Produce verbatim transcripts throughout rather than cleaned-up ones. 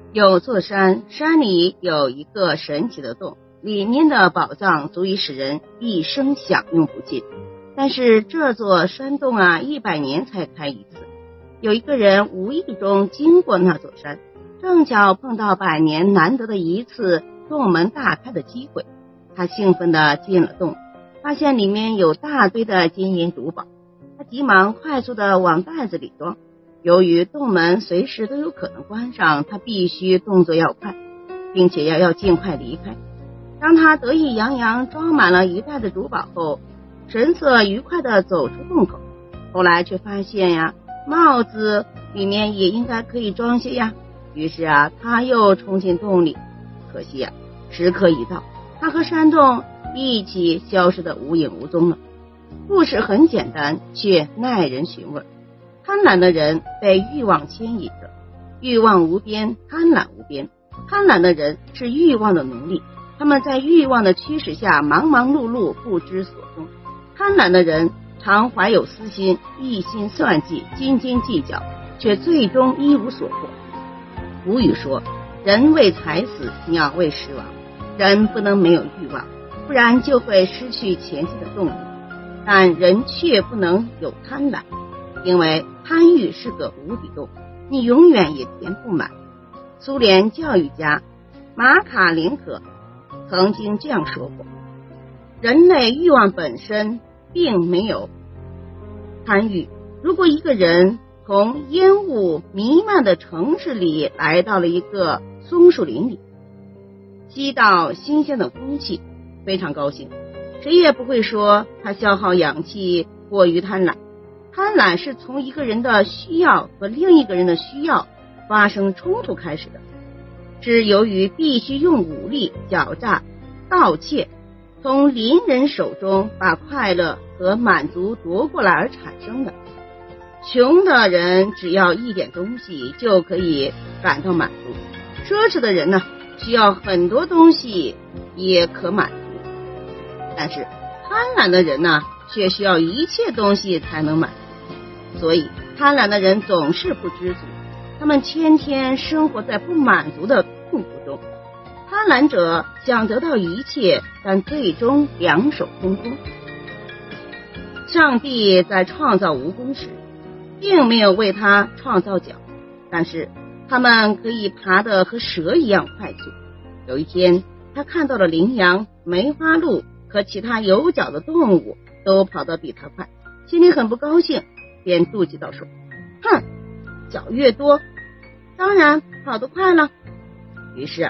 有座山，山里有一个神奇的洞，里面的宝藏足以使人一生享用不尽。但是这座山洞啊，一百年才开一次。有一个人无意中经过那座山，正巧碰到百年难得的一次洞门大开的机会。他兴奋地进了洞，发现里面有大堆的金银珠宝，他急忙快速地往袋子里装。由于洞门随时都有可能关上，他必须动作要快，并且要要尽快离开。当他得意洋洋装满了一袋的珠宝后，神色愉快地走出洞口。后来却发现呀，帽子里面也应该可以装些呀。于是啊，他又冲进洞里。可惜啊，时刻一到，他和山洞一起消失得无影无踪了。故事很简单，却耐人寻味。贪婪的人被欲望牵引着，欲望无边，贪婪无边。贪婪的人是欲望的奴隶，他们在欲望的驱使下忙忙碌碌，不知所终。贪婪的人常怀有私心，一心算计，斤斤计较，却最终一无所获。古语说，人为财死，鸟为食亡。人不能没有欲望，不然就会失去前进的动力。但人却不能有贪婪，因为贪欲是个无底洞，你永远也填不满。苏联教育家马卡林可曾经这样说过，人类欲望本身并没有贪欲。如果一个人从烟雾弥漫的城市里来到了一个松树林里，吸到新鲜的空气，非常高兴，谁也不会说他消耗氧气过于贪婪。贪婪是从一个人的需要和另一个人的需要发生冲突开始的，是由于必须用武力狡诈盗窃，从邻人手中把快乐和满足夺过来而产生的。穷的人只要一点东西就可以感到满足，奢侈的人呢，需要很多东西也可满足。但是贪婪的人呢，却需要一切东西才能满足。所以贪婪的人总是不知足，他们天天生活在不满足的痛苦中。贪婪者想得到一切，但最终两手空空。上帝在创造蜈蚣时并没有为他创造脚，但是他们可以爬得和蛇一样快速。有一天，他看到了羚羊、梅花鹿和其他有脚的动物都跑得比他快，心里很不高兴，便妒忌道说，哼，脚越多，当然跑得快了。于是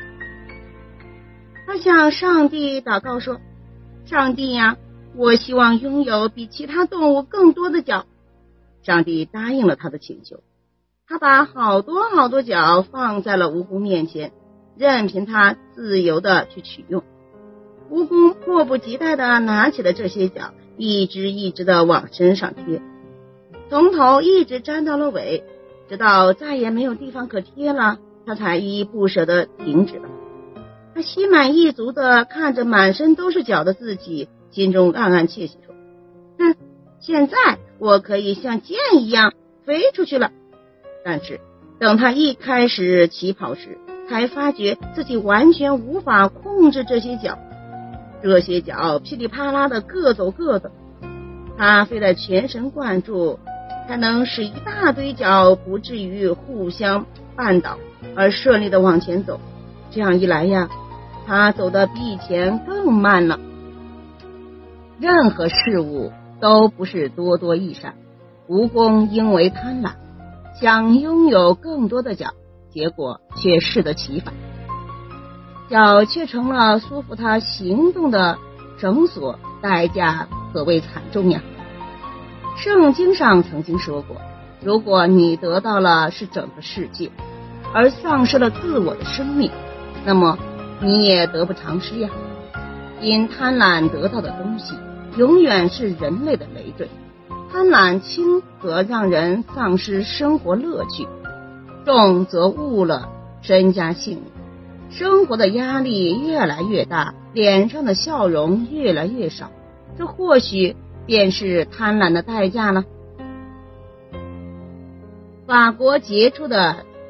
他向上帝祷告说，上帝呀，我希望拥有比其他动物更多的脚。上帝答应了他的请求，他把好多好多脚放在了蜈蚣面前，任凭他自由的去取用。蜈蚣迫不及待的拿起了这些脚，一只一只的往身上贴，从头一直粘到了尾，直到再也没有地方可贴了，他才依依不舍的停止了。他心满意足的看着满身都是脚的自己，心中暗暗窃喜说，哼，现在我可以像箭一样飞出去了。但是等他一开始起跑时，才发觉自己完全无法控制这些脚，这些脚噼里啪啦的各走各的，他非得全神贯注，才能使一大堆脚不至于互相绊倒，而顺利的往前走。这样一来呀，他走得比以前更慢了。任何事物都不是多多益善，蜈蚣因为贪婪，想拥有更多的脚，结果却适得其反，脚却成了束缚他行动的绳索，代价可谓惨重呀。圣经上曾经说过，如果你得到了是整个世界，而丧失了自我的生命，那么你也得不偿失呀。因贪婪得到的东西永远是人类的累赘，贪婪轻则让人丧失生活乐趣，重则误了身家性命，生活的压力越来越大，脸上的笑容越来越少，这或许便是贪婪的代价了。法国杰出的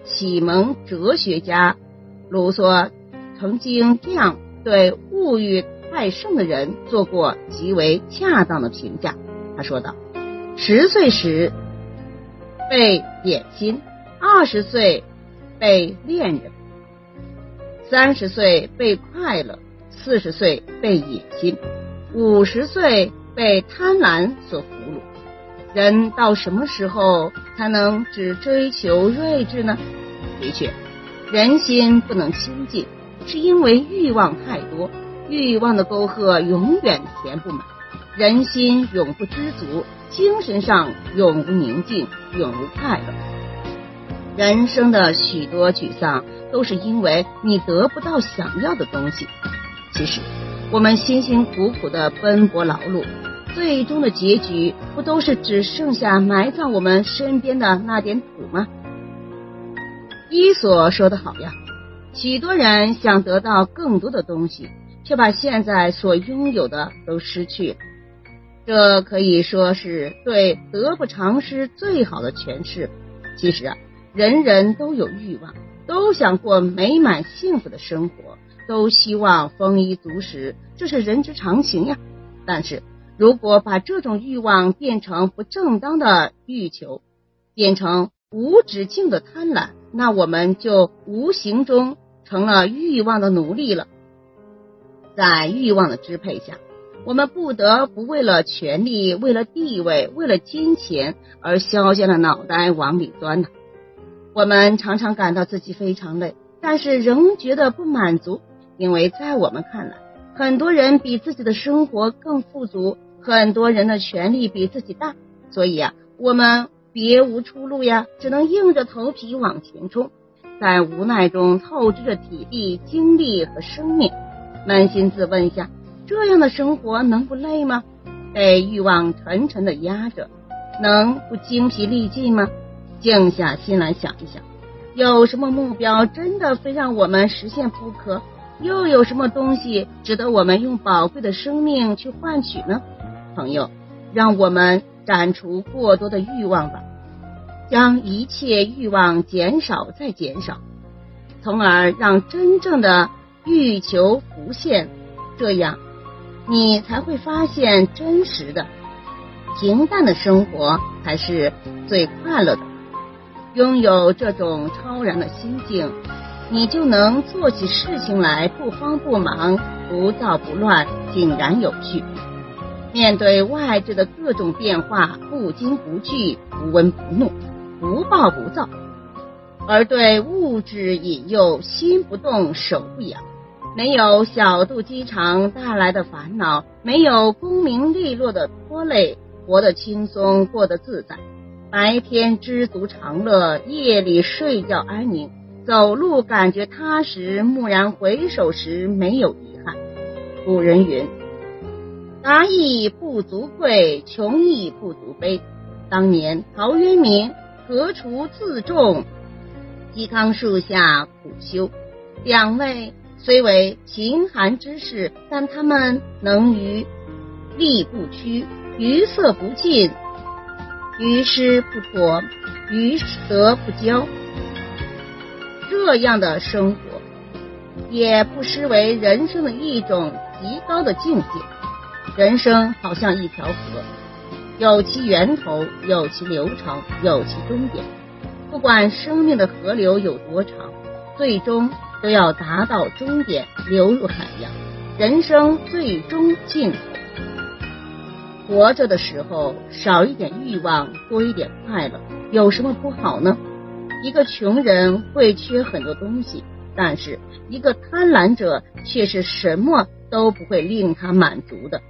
启蒙哲学家卢梭曾经这样对物欲太盛的人做过极为恰当的评价。他说道：十岁时被野心，二十岁被恋人，三十岁被快乐，四十岁被野心，五十岁被贪婪所俘虏。人到什么时候才能只追求睿智呢？的确，人心不能清净，是因为欲望太多，欲望的沟壑永远填不满，人心永不知足，精神上永无宁静，永无快乐。人生的许多沮丧都是因为你得不到想要的东西。其实我们辛辛苦苦的奔波劳碌，最终的结局不都是只剩下埋葬我们身边的那点土吗？伊索说得好呀，许多人想得到更多的东西，却把现在所拥有的都失去了。这可以说是对得不偿失最好的诠释。其实啊，人人都有欲望，都想过美满幸福的生活，都希望丰衣足食，这是人之常情呀。但是如果把这种欲望变成不正当的欲求，变成无止境的贪婪，那我们就无形中成了欲望的奴隶了。在欲望的支配下，我们不得不为了权力，为了地位，为了金钱而削尖了脑袋往里钻呢。我们常常感到自己非常累，但是仍觉得不满足，因为在我们看来，很多人比自己的生活更富足，很多人的权力比自己大，所以啊，我们别无出路呀，只能硬着头皮往前冲，在无奈中透支着体力、精力和生命。扪心自问一下，这样的生活能不累吗？被欲望沉沉的压着，能不精疲力尽吗？静下心来想一想，有什么目标真的非让我们实现不可？又有什么东西值得我们用宝贵的生命去换取呢？朋友，让我们斩除过多的欲望吧，将一切欲望减少再减少，从而让真正的欲求浮现，这样你才会发现真实的平淡的生活才是最快乐的。拥有这种超然的心境，你就能做起事情来不慌不忙，不躁不乱，井然有序。面对外界的各种变化，不惊不惧，不温不怒，不暴不躁。而对物质引诱，心不动，手不痒。没有小肚鸡肠带来的烦恼，没有功名利落的拖累，活得轻松，过得自在。白天知足常乐，夜里睡觉安宁，走路感觉踏实，蓦然回首时没有遗憾。古人云：达亦不足贵，穷亦不足悲。当年陶渊明何除自重，嵇康树下苦修。两位虽为贫寒之士，但他们能于力不屈，于色不进，于诗不脱，于德不骄。这样的生活也不失为人生的一种极高的境界。人生好像一条河，有其源头，有其流程，有其终点。不管生命的河流有多长，最终都要达到终点，流入海洋，人生最终尽头。活着的时候少一点欲望，多一点快乐，有什么不好呢？一个穷人会缺很多东西，但是一个贪婪者却是什么都不会令他满足的。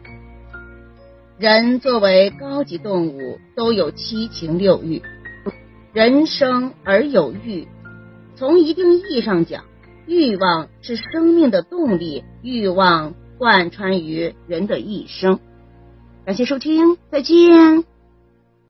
人作为高级动物，都有七情六欲，人生而有欲，从一定意义上讲，欲望是生命的动力，欲望贯穿于人的一生。感谢收听，再见。